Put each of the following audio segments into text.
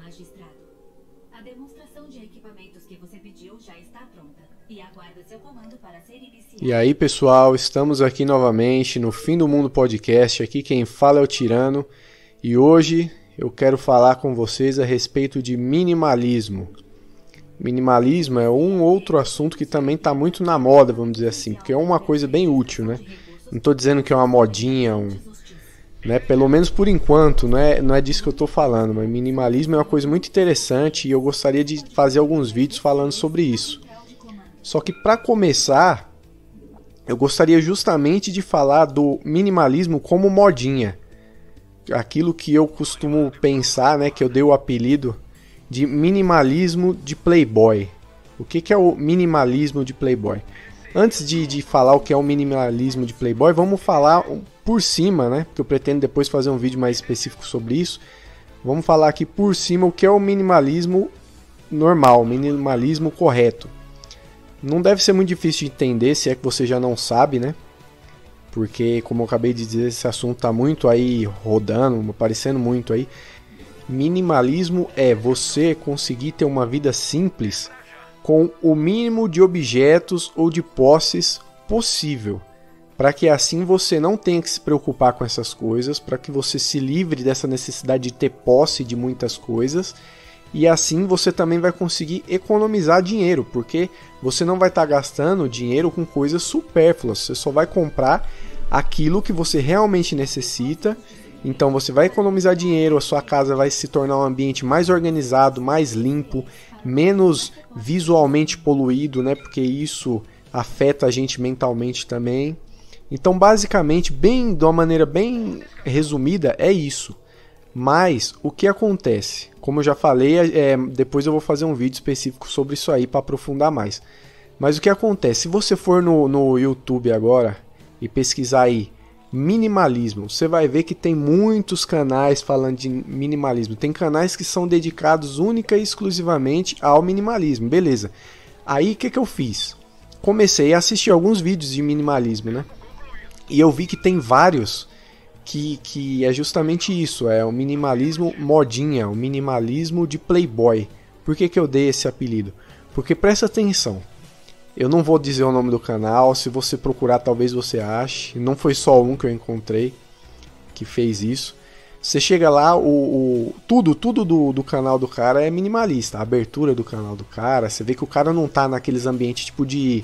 Magistrado, a demonstração de equipamentos que você pediu já está pronta e aguarda seu comando para ser iniciada. E aí, pessoal, estamos aqui novamente no Fim do Mundo Podcast. Aqui quem fala é o Tirano e hoje eu quero falar com vocês a respeito de minimalismo. Minimalismo é um outro assunto que também está muito na moda, vamos dizer assim, porque é uma coisa bem útil, né? Não estou dizendo que é uma modinha, né? Pelo menos por enquanto, não é disso que eu estou falando, mas minimalismo é uma coisa muito interessante e eu gostaria de fazer alguns vídeos falando sobre isso. Só que para começar, eu gostaria justamente de falar do minimalismo como modinha. Aquilo que eu costumo pensar, né, que eu dei o apelido de minimalismo de Playboy. O que é o minimalismo de Playboy? Antes de falar o que é o minimalismo de Playboy, vamos falar por cima, né? Porque eu pretendo depois fazer um vídeo mais específico sobre isso. Vamos falar aqui por cima o que é o minimalismo normal, o minimalismo correto. Não deve ser muito difícil de entender, se é que você já não sabe, né? Porque, como eu acabei de dizer, esse assunto está muito aí rodando, aparecendo muito aí. Minimalismo é você conseguir ter uma vida simples com o mínimo de objetos ou de posses possível, para que assim você não tenha que se preocupar com essas coisas, para que você se livre dessa necessidade de ter posse de muitas coisas, e assim você também vai conseguir economizar dinheiro, porque você não vai estar gastando dinheiro com coisas supérfluas, você só vai comprar aquilo que você realmente necessita. Então você vai economizar dinheiro, a sua casa vai se tornar um ambiente mais organizado, mais limpo, menos visualmente poluído, né? Porque isso afeta a gente mentalmente também. Então, basicamente, de uma maneira bem resumida, é isso. Mas o que acontece? Como eu já falei, depois eu vou fazer um vídeo específico sobre isso aí para aprofundar mais. Mas o que acontece? Se você for no YouTube agora e pesquisar aí minimalismo, você vai ver que tem muitos canais falando de minimalismo. Tem canais que são dedicados única e exclusivamente ao minimalismo, beleza. Aí o que eu fiz? Comecei a assistir alguns vídeos de minimalismo, né? E eu vi que tem vários que é justamente isso, é o minimalismo modinha, o minimalismo de Playboy. Por que eu dei esse apelido? Porque presta atenção. Eu não vou dizer o nome do canal, se você procurar talvez você ache. Não foi só um que eu encontrei que fez isso. Você chega lá, tudo do canal do cara é minimalista. A abertura do canal do cara, você vê que o cara não tá naqueles ambientes tipo de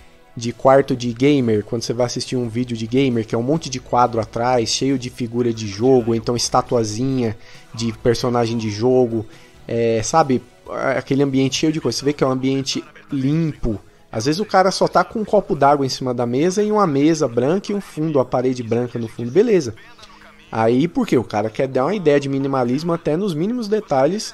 quarto de gamer, quando você vai assistir um vídeo de gamer, que é um monte de quadro atrás, cheio de figura de jogo, então estatuazinha de personagem de jogo, sabe? Aquele ambiente cheio de coisa. Você vê que é um ambiente limpo. Às vezes o cara só tá com um copo d'água em cima da mesa e uma mesa branca e um fundo, a parede branca no fundo, beleza. Aí por quê? O cara quer dar uma ideia de minimalismo até nos mínimos detalhes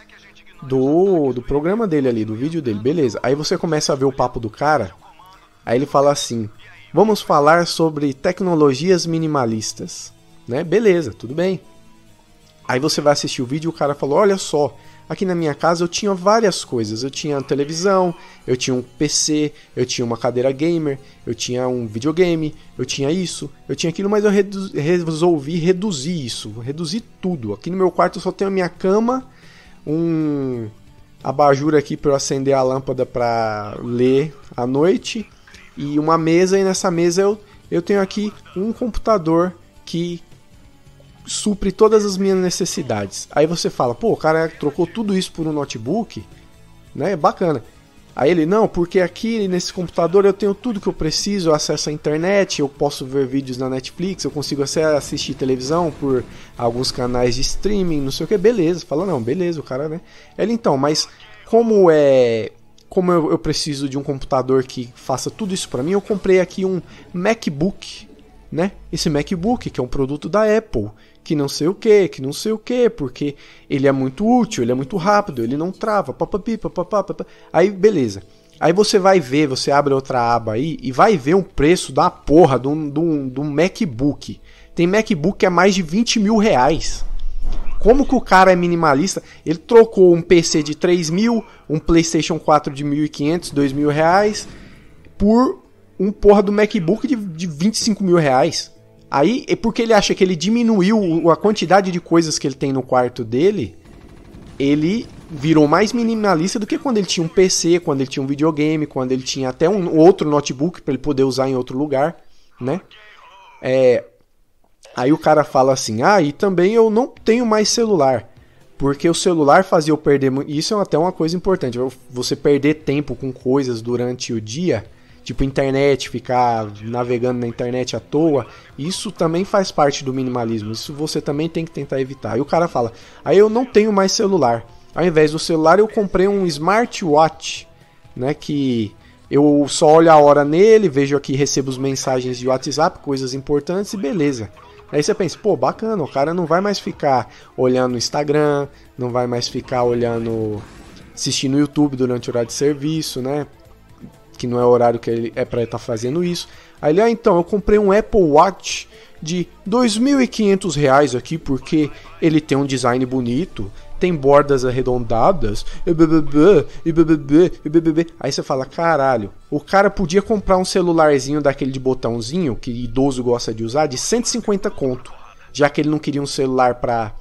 do programa dele ali, do vídeo dele, beleza. Aí você começa a ver o papo do cara, aí ele fala assim, vamos falar sobre tecnologias minimalistas, né? Beleza, tudo bem. Aí você vai assistir o vídeo e o cara falou, olha só, aqui na minha casa eu tinha várias coisas, eu tinha televisão, eu tinha um PC, eu tinha uma cadeira gamer, eu tinha um videogame, eu tinha isso, eu tinha aquilo, mas eu resolvi reduzir isso, reduzir tudo. Aqui no meu quarto eu só tenho a minha cama, um abajur aqui para eu acender a lâmpada para ler à noite e uma mesa, e nessa mesa eu tenho aqui um computador que supre todas as minhas necessidades. Aí você fala, pô, o cara trocou tudo isso por um notebook, né? Bacana. Aí ele, não, porque aqui nesse computador eu tenho tudo que eu preciso, eu acesso à internet, eu posso ver vídeos na Netflix, eu consigo assistir televisão por alguns canais de streaming, não sei o que, beleza. Fala, não, beleza, o cara, né? Ele, então, mas como eu preciso de um computador que faça tudo isso pra mim, eu comprei aqui um MacBook, né? Esse MacBook, que é um produto da Apple, que não sei o que, porque ele é muito útil, ele é muito rápido, ele não trava, aí beleza. Aí você vai ver, você abre outra aba aí e vai ver um preço da porra de um MacBook. Tem MacBook que é mais de 20 mil reais. Como que o cara é minimalista? Ele trocou um PC de 3 mil, um PlayStation 4 de 1.500, 2 mil reais, por um porra do MacBook de 25 mil reais. Aí, é porque ele acha que ele diminuiu a quantidade de coisas que ele tem no quarto dele, ele virou mais minimalista do que quando ele tinha um PC, quando ele tinha um videogame, quando ele tinha até um outro notebook para ele poder usar em outro lugar, né? Aí o cara fala assim, e também eu não tenho mais celular, porque o celular fazia eu perder... Isso é até uma coisa importante, você perder tempo com coisas durante o dia, tipo internet, ficar navegando na internet à toa, isso também faz parte do minimalismo, isso você também tem que tentar evitar. Aí o cara fala, aí eu não tenho mais celular, ao invés do celular eu comprei um smartwatch, né, que eu só olho a hora nele, vejo aqui, recebo as mensagens de WhatsApp, coisas importantes e beleza. Aí você pensa, pô, bacana, o cara não vai mais ficar olhando o Instagram, não vai mais ficar assistindo o YouTube durante o horário de serviço, né? Que não é o horário que ele é pra ele estar fazendo isso. Aí ele, então, eu comprei um Apple Watch de R$2.500 aqui, porque ele tem um design bonito, tem bordas arredondadas, Aí você fala, caralho, o cara podia comprar um celularzinho daquele de botãozinho, que idoso gosta de usar, de 150 conto, já que ele não queria um celular pra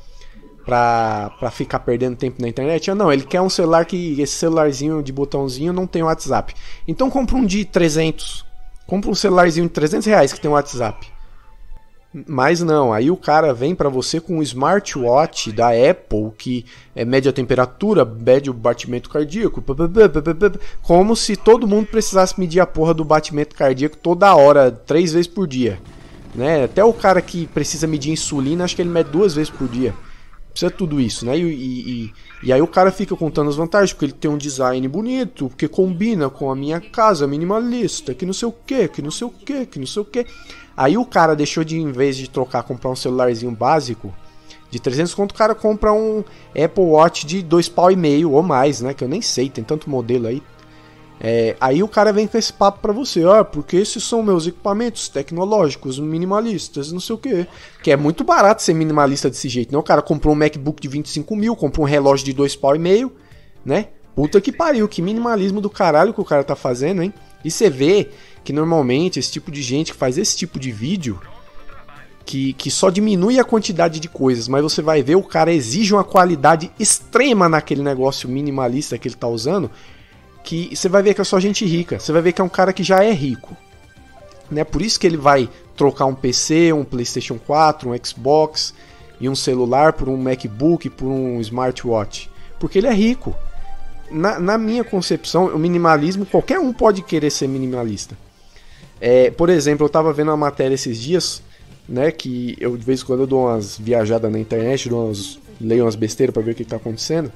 ficar perdendo tempo na internet. Não, ele quer um celular que esse celularzinho de botãozinho não tem WhatsApp. Então compra um de 300, compra um celularzinho de R$300 que tem WhatsApp. Mas não, aí o cara vem pra você com um smartwatch da Apple que mede a temperatura, mede o batimento cardíaco, como se todo mundo precisasse medir a porra do batimento cardíaco toda hora, 3 vezes por dia, né? Até o cara que precisa medir insulina, acho que ele mede 2 vezes por dia. Precisa de tudo isso, né? E aí o cara fica contando as vantagens, porque ele tem um design bonito, porque combina com a minha casa minimalista, que não sei o que, que não sei o que, que não sei o que. Aí o cara deixou de, em vez de comprar um celularzinho básico de 300 conto, o cara compra um Apple Watch de 2,5 pau ou mais, né? Que eu nem sei, tem tanto modelo aí. Aí o cara vem com esse papo pra você, porque esses são meus equipamentos tecnológicos, minimalistas, não sei o que. Que é muito barato ser minimalista desse jeito, né? O cara comprou um MacBook de 25 mil, comprou um relógio de 2,5 pau, né? Puta que pariu, que minimalismo do caralho que o cara tá fazendo, hein? E você vê que normalmente esse tipo de gente que faz esse tipo de vídeo, que só diminui a quantidade de coisas, mas você vai ver o cara exige uma qualidade extrema naquele negócio minimalista que ele tá usando, que você vai ver que é só gente rica, você vai ver que é um cara que já é rico, né? Por isso que ele vai trocar um PC, um PlayStation 4, um Xbox e um celular por um MacBook, por um smartwatch, porque ele é rico. Na minha concepção, o minimalismo, qualquer um pode querer ser minimalista. Por exemplo, eu tava vendo uma matéria esses dias, né, que eu de vez em quando eu dou umas viajadas na internet, leio umas besteiras pra ver o que tá acontecendo.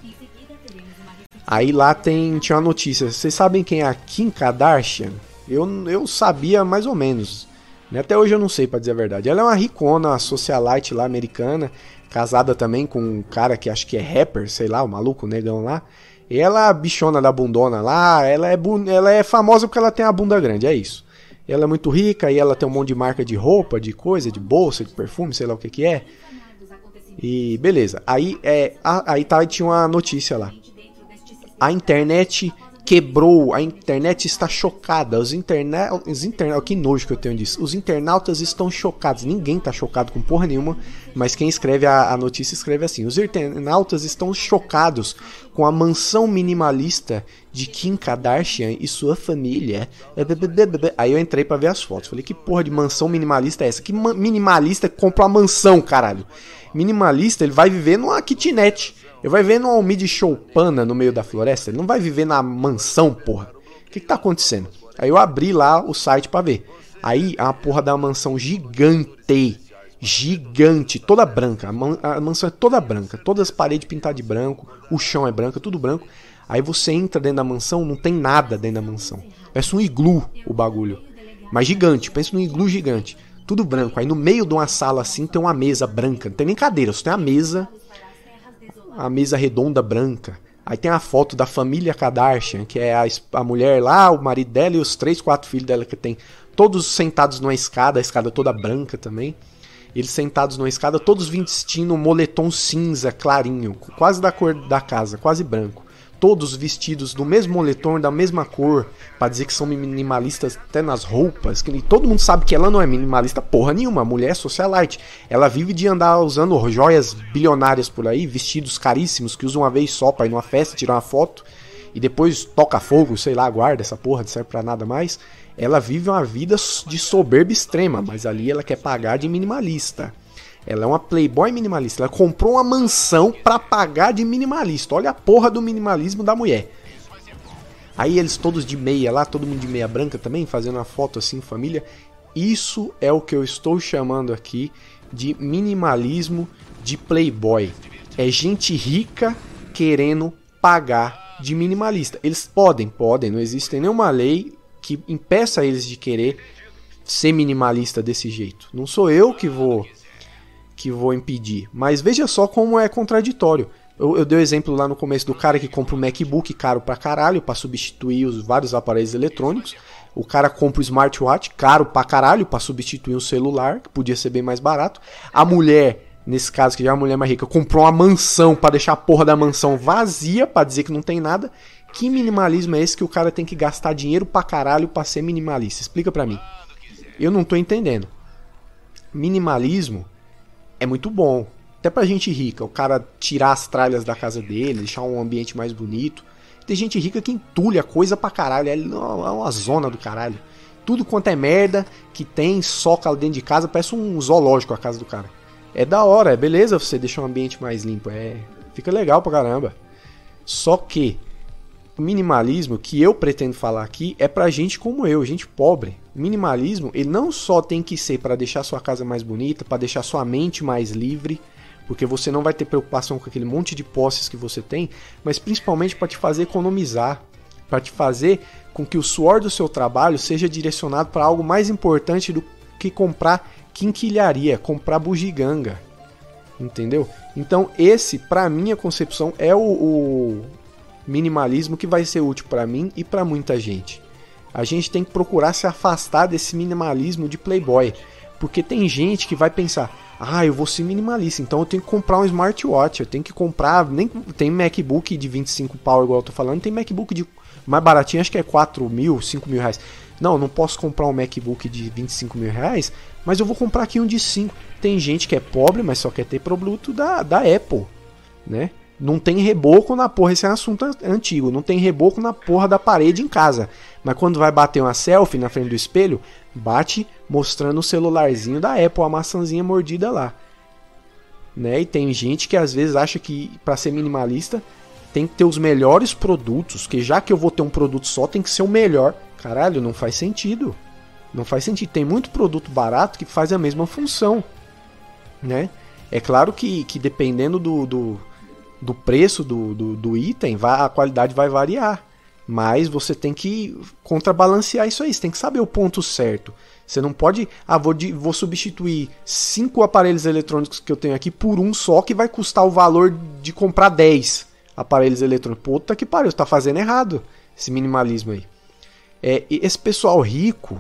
Aí lá tinha uma notícia. Vocês sabem quem é a Kim Kardashian? Eu sabia mais ou menos, né? Até hoje eu não sei, pra dizer a verdade. Ela é uma ricona, uma socialite lá americana, casada também com um cara que acho que é rapper, sei lá, o maluco, o negão lá. E ela, bichona da bundona lá, ela é famosa porque ela tem a bunda grande, é isso. Ela é muito rica e ela tem um monte de marca de roupa, de coisa, de bolsa, de perfume, sei lá o que é. E beleza. Aí tinha uma notícia lá. A internet quebrou, a internet está chocada. Que nojo que eu tenho disso. Os internautas estão chocados. Ninguém está chocado com porra nenhuma, mas quem escreve a notícia escreve assim: os internautas estão chocados com a mansão minimalista de Kim Kardashian e sua família. Aí eu entrei pra ver as fotos. Falei, que porra de mansão minimalista é essa? Que minimalista que compra uma mansão, caralho? Minimalista, ele vai viver numa kitnet. Ele vai viver numa Almid choupana no meio da floresta. Ele não vai viver na mansão, porra. O que tá acontecendo? Aí eu abri lá o site pra ver. Aí a porra da mansão gigante, toda branca. A mansão é toda branca, todas as paredes pintadas de branco, o chão é branco, tudo branco. Aí você entra dentro da mansão, não tem nada dentro da mansão. Parece um iglu o bagulho. Mas gigante, pensa num iglu gigante. Tudo branco. Aí no meio de uma sala assim tem uma mesa branca. Não tem nem cadeira, só tem a mesa redonda branca. Aí tem a foto da família Kardashian, que é a mulher lá, o marido dela e os 3, 4 filhos dela que tem. Todos sentados numa escada, a escada toda branca também. Eles sentados numa escada, todos vestindo um moletom cinza clarinho, quase da cor da casa, quase branco. todos vestidos do mesmo moletom, da mesma cor, pra dizer que são minimalistas até nas roupas, que todo mundo sabe que ela não é minimalista porra nenhuma, a mulher é socialite. Ela vive de andar usando joias bilionárias por aí, vestidos caríssimos, que usam uma vez só pra ir numa festa, tirar uma foto, e depois toca fogo, sei lá, guarda essa porra, não serve pra nada mais. Ela vive uma vida de soberba extrema, mas ali ela quer pagar de minimalista. Ela é uma playboy minimalista. Ela comprou uma mansão pra pagar de minimalista. Olha a porra do minimalismo da mulher. Aí eles todos de meia lá, todo mundo de meia branca também, fazendo uma foto assim, família. Isso é o que eu estou chamando aqui de minimalismo de playboy. É gente rica querendo pagar de minimalista. Eles podem, não existe nenhuma lei que impeça eles de querer ser minimalista desse jeito. Não sou eu que vou impedir. Mas veja só como é contraditório. Eu dei o exemplo lá no começo do cara que compra um MacBook caro pra caralho pra substituir os vários aparelhos eletrônicos. O cara compra o smartwatch caro pra caralho pra substituir um celular, que podia ser bem mais barato. A mulher, nesse caso que já é a mulher mais rica, comprou uma mansão pra deixar a porra da mansão vazia, pra dizer que não tem nada. Que minimalismo é esse que o cara tem que gastar dinheiro pra caralho pra ser minimalista? Explica pra mim. Eu não tô entendendo. Minimalismo é muito bom, até pra gente rica, o cara tirar as tralhas da casa dele, deixar um ambiente mais bonito. Tem gente rica que entulha coisa pra caralho, é uma zona do caralho. Tudo quanto é merda que tem, soca dentro de casa, parece um zoológico a casa do cara. É da hora, é beleza você deixar um ambiente mais limpo, fica legal pra caramba. Só que o minimalismo que eu pretendo falar aqui é pra gente como eu, gente pobre. O minimalismo, ele não só tem que ser para deixar sua casa mais bonita, para deixar sua mente mais livre, porque você não vai ter preocupação com aquele monte de posses que você tem, mas principalmente para te fazer economizar, para te fazer com que o suor do seu trabalho seja direcionado para algo mais importante do que comprar quinquilharia, comprar bugiganga, entendeu? Então esse, para minha concepção, é o minimalismo que vai ser útil para mim e para muita gente. A gente tem que procurar se afastar desse minimalismo de playboy, porque tem gente que vai pensar, eu vou ser minimalista, então eu tenho que comprar um smartwatch, eu tenho que comprar, nem tem MacBook de 25 pau igual eu tô falando, tem MacBook de mais baratinho, acho que é 4 mil, 5 mil reais. Não posso comprar um MacBook de 25 mil reais, mas eu vou comprar aqui um de 5. Tem gente que é pobre, mas só quer ter produto da Apple, né? Não tem reboco na porra, esse é um assunto antigo, não tem reboco na porra da parede em casa. Mas quando vai bater uma selfie na frente do espelho, bate mostrando o celularzinho da Apple, a maçãzinha mordida lá. Né? E tem gente que às vezes acha que para ser minimalista tem que ter os melhores produtos, que já que eu vou ter um produto só, tem que ser o melhor. Caralho, não faz sentido. Não faz sentido. Tem muito produto barato que faz a mesma função. Né? É claro que dependendo do preço do item, a qualidade vai variar. Mas você tem que contrabalancear isso aí. Você tem que saber o ponto certo. Você não pode... vou substituir 5 aparelhos eletrônicos que eu tenho aqui por um só, que vai custar o valor de comprar 10 aparelhos eletrônicos. Puta que pariu, você tá fazendo errado esse minimalismo aí. Esse pessoal rico...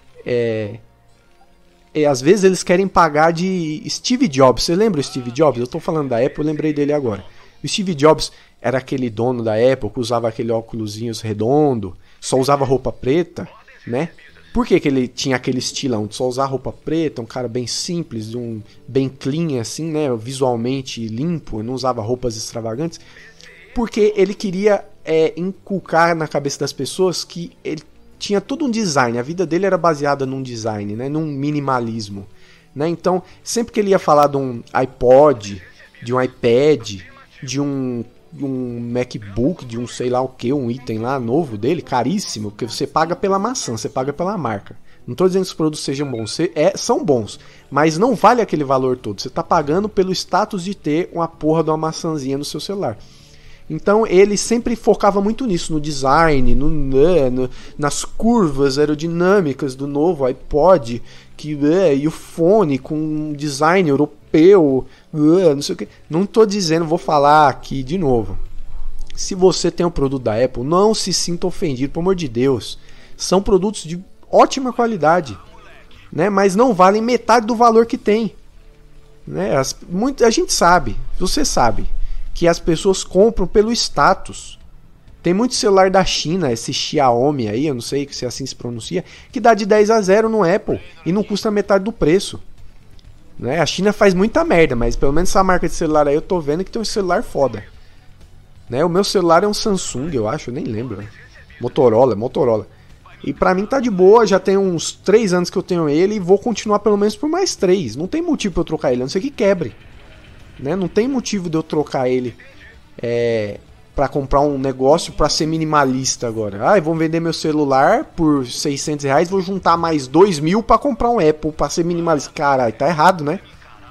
às vezes eles querem pagar de Steve Jobs. Você lembra o Steve Jobs? Eu tô falando da Apple, eu lembrei dele agora. O Steve Jobs era aquele dono da Apple que usava aquele óculosinhos redondo, só usava roupa preta, né? Por que ele tinha aquele estilão de só usar roupa preta, um cara bem simples, bem clean assim, né? Visualmente limpo, não usava roupas extravagantes? Porque ele queria inculcar na cabeça das pessoas que ele tinha todo um design, a vida dele era baseada num design, né? Num minimalismo, né? Então, sempre que ele ia falar de um iPod, de um iPad, de um MacBook, de um sei lá o que, um item lá novo dele, caríssimo, porque você paga pela maçã, você paga pela marca. Não estou dizendo que os produtos sejam bons, são bons, mas não vale aquele valor todo. Você está pagando pelo status de ter uma porra de uma maçãzinha no seu celular. Então ele sempre focava muito nisso, no design, nas curvas aerodinâmicas do novo iPod, e o fone com um design europeu, não sei o que. Não estou dizendo, vou falar aqui de novo. Se você tem um produto da Apple, não se sinta ofendido, pelo amor de Deus. São produtos de ótima qualidade, né? Mas não valem metade do valor que tem. Né? A gente sabe, você sabe, que as pessoas compram pelo status. Tem muito celular da China, esse Xiaomi aí, eu não sei se assim se pronuncia, que dá de 10-0 no Apple e não custa metade do preço. Né? A China faz muita merda, mas pelo menos essa marca de celular aí eu tô vendo que tem um celular foda. Né? O meu celular é um Samsung, eu acho, eu nem lembro. Né? Motorola. E pra mim tá de boa, já tem uns 3 anos que eu tenho ele e vou continuar pelo menos por mais 3. Não tem motivo pra eu trocar ele, a não ser que quebre. Né? Não tem motivo de eu trocar ele pra comprar um negócio pra ser minimalista agora. Vou vender meu celular por R$600, vou juntar mais 2.000 pra comprar um Apple pra ser minimalista. Caralho, tá errado, né?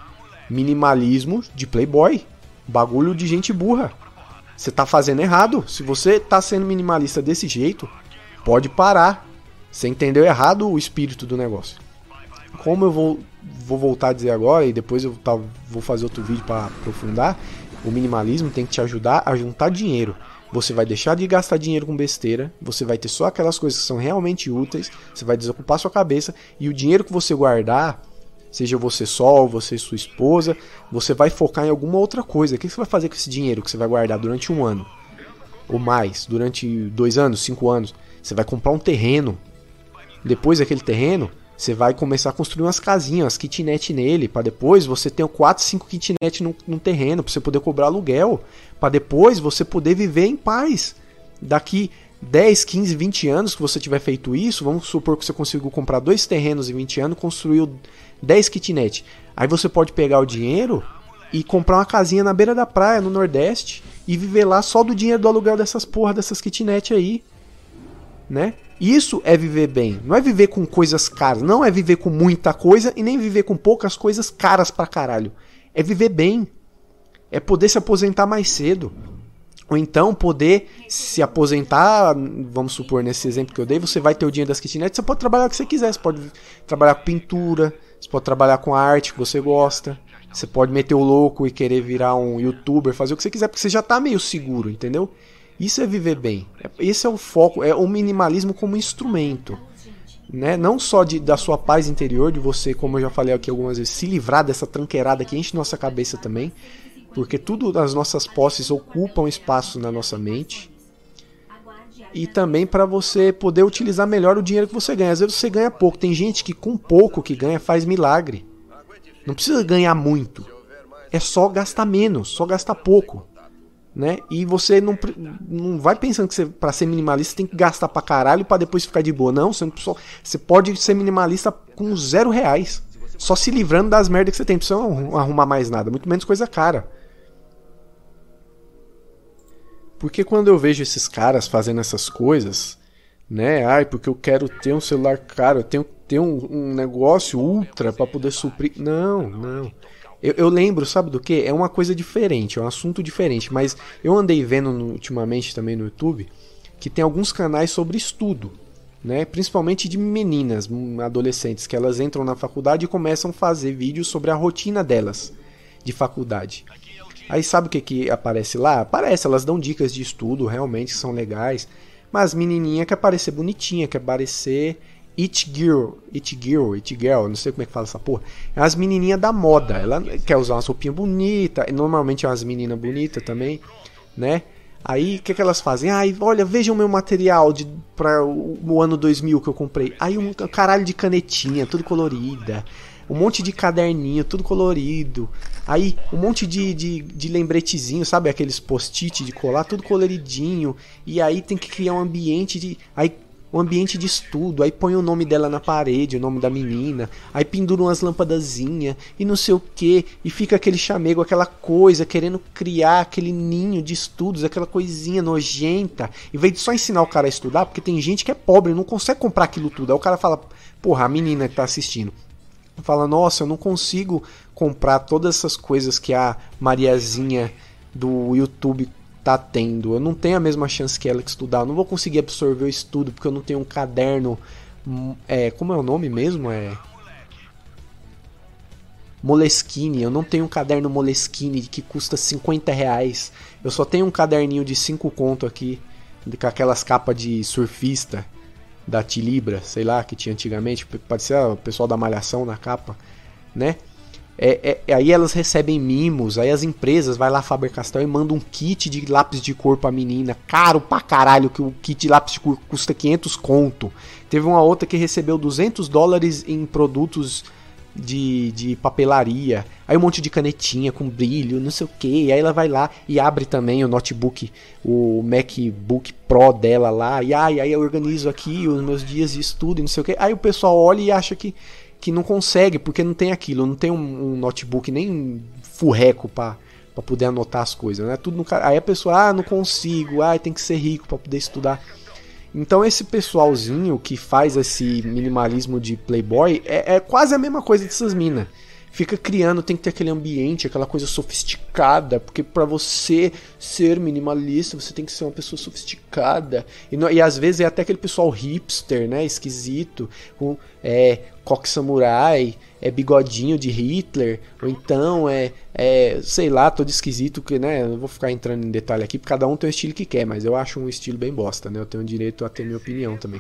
Minimalismo de playboy. Bagulho de gente burra. Você tá fazendo errado. Se você tá sendo minimalista desse jeito, pode parar. Você entendeu errado o espírito do negócio. Como eu vou voltar a dizer agora, e depois eu vou fazer outro vídeo para aprofundar, o minimalismo tem que te ajudar a juntar dinheiro. Você vai deixar de gastar dinheiro com besteira, você vai ter só aquelas coisas que são realmente úteis, você vai desocupar sua cabeça, e o dinheiro que você guardar, seja você só ou você e sua esposa, você vai focar em alguma outra coisa. O que você vai fazer com esse dinheiro que você vai guardar durante 1 ano? Ou mais, durante 2 anos, 5 anos? Você vai comprar um terreno. Depois daquele terreno, você vai começar a construir umas casinhas, umas kitnet nele, para depois você ter 4, 5 kitnet no terreno, para você poder cobrar aluguel, para depois você poder viver em paz. Daqui 10, 15, 20 anos que você tiver feito isso, vamos supor que você conseguiu comprar 2 terrenos em 20 anos, construiu 10 kitnet. Aí você pode pegar o dinheiro e comprar uma casinha na beira da praia, no Nordeste, e viver lá só do dinheiro do aluguel dessas dessas kitnet aí. Né? Isso é viver bem, não é viver com coisas caras, não é viver com muita coisa e nem viver com poucas coisas caras pra caralho. É viver bem, é poder se aposentar mais cedo, ou então poder se aposentar, vamos supor nesse exemplo que eu dei, você vai ter o dinheiro das kitnets, você pode trabalhar o que você quiser, você pode trabalhar com pintura, você pode trabalhar com a arte que você gosta, você pode meter o louco e querer virar um youtuber, fazer o que você quiser, porque você já tá meio seguro, entendeu? Isso é viver bem. Esse é o foco, é o minimalismo como instrumento. Né? Não só da sua paz interior, de você, como eu já falei aqui algumas vezes, se livrar dessa tranqueirada que enche nossa cabeça também, porque tudo das nossas posses ocupam espaço na nossa mente. E também para você poder utilizar melhor o dinheiro que você ganha. Às vezes você ganha pouco. Tem gente que com pouco que ganha faz milagre. Não precisa ganhar muito. É só gastar menos, só gastar pouco. Né? E você não vai pensando que para ser minimalista você tem que gastar pra caralho pra depois ficar de boa. Não, você pode ser minimalista com R$0, só se livrando das merdas que você tem. Não precisa arrumar mais nada, muito menos coisa cara. Porque quando eu vejo esses caras fazendo essas coisas, né? Porque eu quero ter um celular caro, eu tenho que ter um negócio ultra pra poder suprir. Não. Eu lembro, sabe do que? É uma coisa diferente, é um assunto diferente, mas eu andei vendo ultimamente também no YouTube que tem alguns canais sobre estudo, né? Principalmente de meninas, adolescentes, que elas entram na faculdade e começam a fazer vídeos sobre a rotina delas de faculdade. Aí sabe o que aparece lá? Aparece, elas dão dicas de estudo, realmente são legais, mas menininha quer parecer bonitinha, quer parecer It girl, não sei como é que fala essa porra. É umas menininhas da moda. Ela quer usar uma roupinha bonita. Normalmente é umas meninas bonitas também, né? Aí o que elas fazem? Olha, vejam o meu material para o ano 2000 que eu comprei. Aí um caralho de canetinha, tudo colorida. Um monte de caderninho, tudo colorido. Aí um monte de lembretezinho, sabe? Aqueles post-it de colar, tudo coloridinho. E aí tem que criar um ambiente um ambiente de estudo, aí põe o nome dela na parede, o nome da menina, aí pendura umas lampadazinhas e não sei o que, e fica aquele chamego, aquela coisa, querendo criar aquele ninho de estudos, aquela coisinha nojenta, em vez de só ensinar o cara a estudar, porque tem gente que é pobre, não consegue comprar aquilo tudo, aí o cara fala, porra, a menina que tá assistindo, fala, nossa, eu não consigo comprar todas essas coisas que a Mariazinha do YouTube tá tendo, eu não tenho a mesma chance que ela que estudar, eu não vou conseguir absorver o estudo porque eu não tenho um caderno, como é o nome mesmo? Moleskine, eu não tenho um caderno Moleskine que custa R$50, eu só tenho um caderninho de 5 conto aqui, com aquelas capas de surfista da Tilibra, sei lá, que tinha antigamente, parecia o pessoal da Malhação na capa, né? Aí elas recebem mimos, aí as empresas vai lá Faber-Castell e mandam um kit de lápis de cor pra menina, caro pra caralho, que o kit de lápis de cor custa 500 conto. Teve uma outra que recebeu $200 em produtos de papelaria, aí um monte de canetinha com brilho, não sei o que, aí ela vai lá e abre também o notebook, o MacBook Pro dela lá, e aí eu organizo aqui os meus dias de estudo e não sei o que, aí o pessoal olha e acha que não consegue, porque não tem aquilo, não tem um notebook nem um furreco pra poder anotar as coisas, né? Tudo aí a pessoa, não consigo, tem que ser rico pra poder estudar. Então esse pessoalzinho que faz esse minimalismo de playboy é quase a mesma coisa dessas minas. Fica criando, tem que ter aquele ambiente, aquela coisa sofisticada, porque pra você ser minimalista, você tem que ser uma pessoa sofisticada. E às vezes é até aquele pessoal hipster, né, esquisito, com coque samurai, bigodinho de Hitler, ou então sei lá, todo esquisito, que, né, eu não vou ficar entrando em detalhe aqui, porque cada um tem o estilo que quer, mas eu acho um estilo bem bosta, né, eu tenho direito a ter minha opinião também.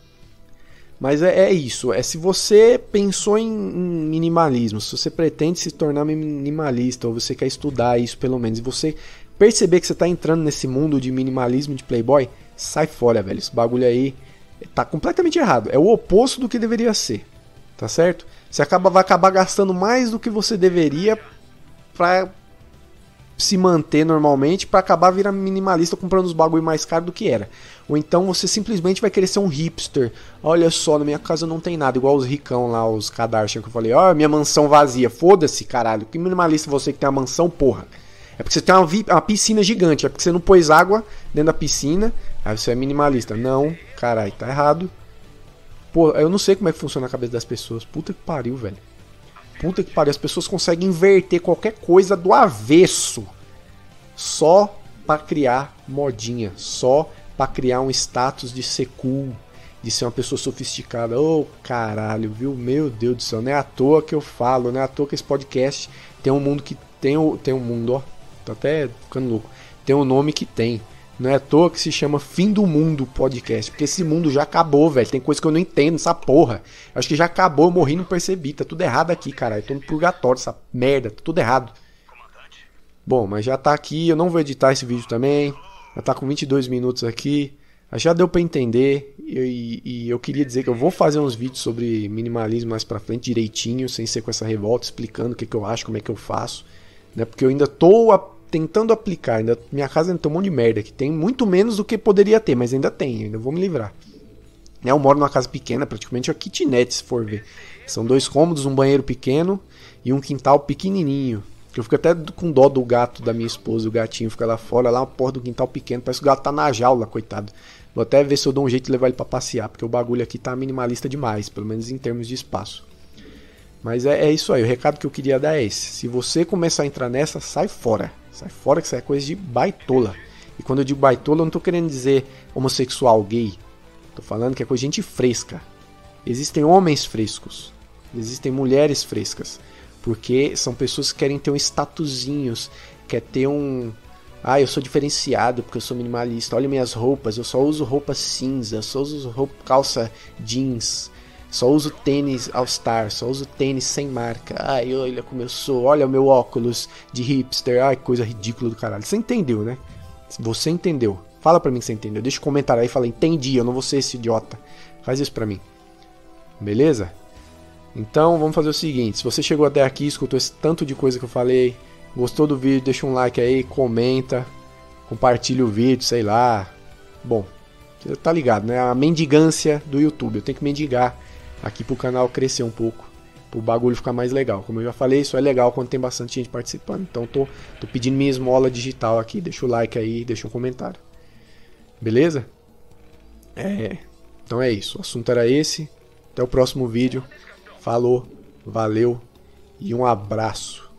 Mas é isso, se você pensou em minimalismo, se você pretende se tornar minimalista, ou você quer estudar isso pelo menos, e você perceber que você está entrando nesse mundo de minimalismo de playboy, sai fora, velho, esse bagulho aí tá completamente errado, é o oposto do que deveria ser, tá certo? Você vai acabar gastando mais do que você deveria pra se manter normalmente, pra acabar virando minimalista comprando os bagulho mais caro do que era. Ou então você simplesmente vai querer ser um hipster. Olha só, na minha casa não tem nada, igual os ricão lá, os Kardashian, que eu falei, minha mansão vazia, foda-se, caralho, que minimalista você que tem uma mansão, porra. É porque você tem uma piscina gigante, é porque você não pôs água dentro da piscina, aí você é minimalista. Não, caralho, tá errado. Pô, eu não sei como é que funciona a cabeça das pessoas. Puta que pariu, velho. Puta que pariu. As pessoas conseguem inverter qualquer coisa do avesso só pra criar modinha. Só pra criar um status de ser cool, de ser uma pessoa sofisticada. Ô, caralho, viu? Meu Deus do céu. Não é à toa que eu falo, não é à toa que esse podcast tem um mundo que tem um mundo, ó. Tô até ficando louco. Tem um nome que tem. Não é à toa que se chama Fim do Mundo Podcast. Porque esse mundo já acabou, velho. Tem coisa que eu não entendo, essa porra. Acho que já acabou, eu morri e não percebi. Tá tudo errado aqui, caralho. Tô no purgatório, essa merda. Tá tudo errado. Bom, mas já tá aqui. Eu não vou editar esse vídeo também. Já tá com 22 minutos aqui. Já deu pra entender. E eu queria dizer que eu vou fazer uns vídeos sobre minimalismo mais pra frente, direitinho, sem ser com essa revolta, explicando o que eu acho, como é que eu faço. Né? Porque eu ainda tô tentando aplicar, minha casa ainda tem um monte de merda, que tem muito menos do que poderia ter, mas ainda vou me livrar. Eu moro numa casa pequena, praticamente uma kitnet, se for ver. São 2 cômodos, um banheiro pequeno e um quintal pequenininho. Eu fico até com dó do gato da minha esposa, o gatinho fica lá fora, lá uma porra do quintal pequeno, parece que o gato tá na jaula, coitado. Vou até ver se eu dou um jeito de levar ele pra passear, porque o bagulho aqui tá minimalista demais, pelo menos em termos de espaço. Mas é isso aí, o recado que eu queria dar é esse. Se você começar a entrar nessa, sai fora. Sai fora, que isso é coisa de baitola. E quando eu digo baitola, eu não tô querendo dizer homossexual, gay. Tô falando que é coisa de gente fresca. Existem homens frescos. Existem mulheres frescas. Porque são pessoas que querem ter um statusinhos. Quer ter um... eu sou diferenciado porque eu sou minimalista. Olha minhas roupas, eu só uso roupa cinza. Só uso calça jeans. Só uso tênis All-Star, só uso tênis sem marca. Olha como eu sou, olha o meu óculos de hipster. Que coisa ridícula do caralho. Você entendeu, né? Você entendeu. Fala pra mim que você entendeu. Deixa um comentário aí e fala, entendi, eu não vou ser esse idiota. Faz isso pra mim. Beleza? Então vamos fazer o seguinte, se você chegou até aqui, escutou esse tanto de coisa que eu falei, gostou do vídeo, deixa um like aí, comenta, compartilha o vídeo, sei lá. Bom, você tá ligado, né? A mendigância do YouTube. Eu tenho que mendigar aqui pro canal crescer um pouco, pro bagulho ficar mais legal. Como eu já falei, isso é legal quando tem bastante gente participando. Então tô pedindo minha esmola digital aqui. Deixa o like aí, deixa um comentário. Beleza? Então é isso. O assunto era esse. Até o próximo vídeo. Falou, valeu e um abraço.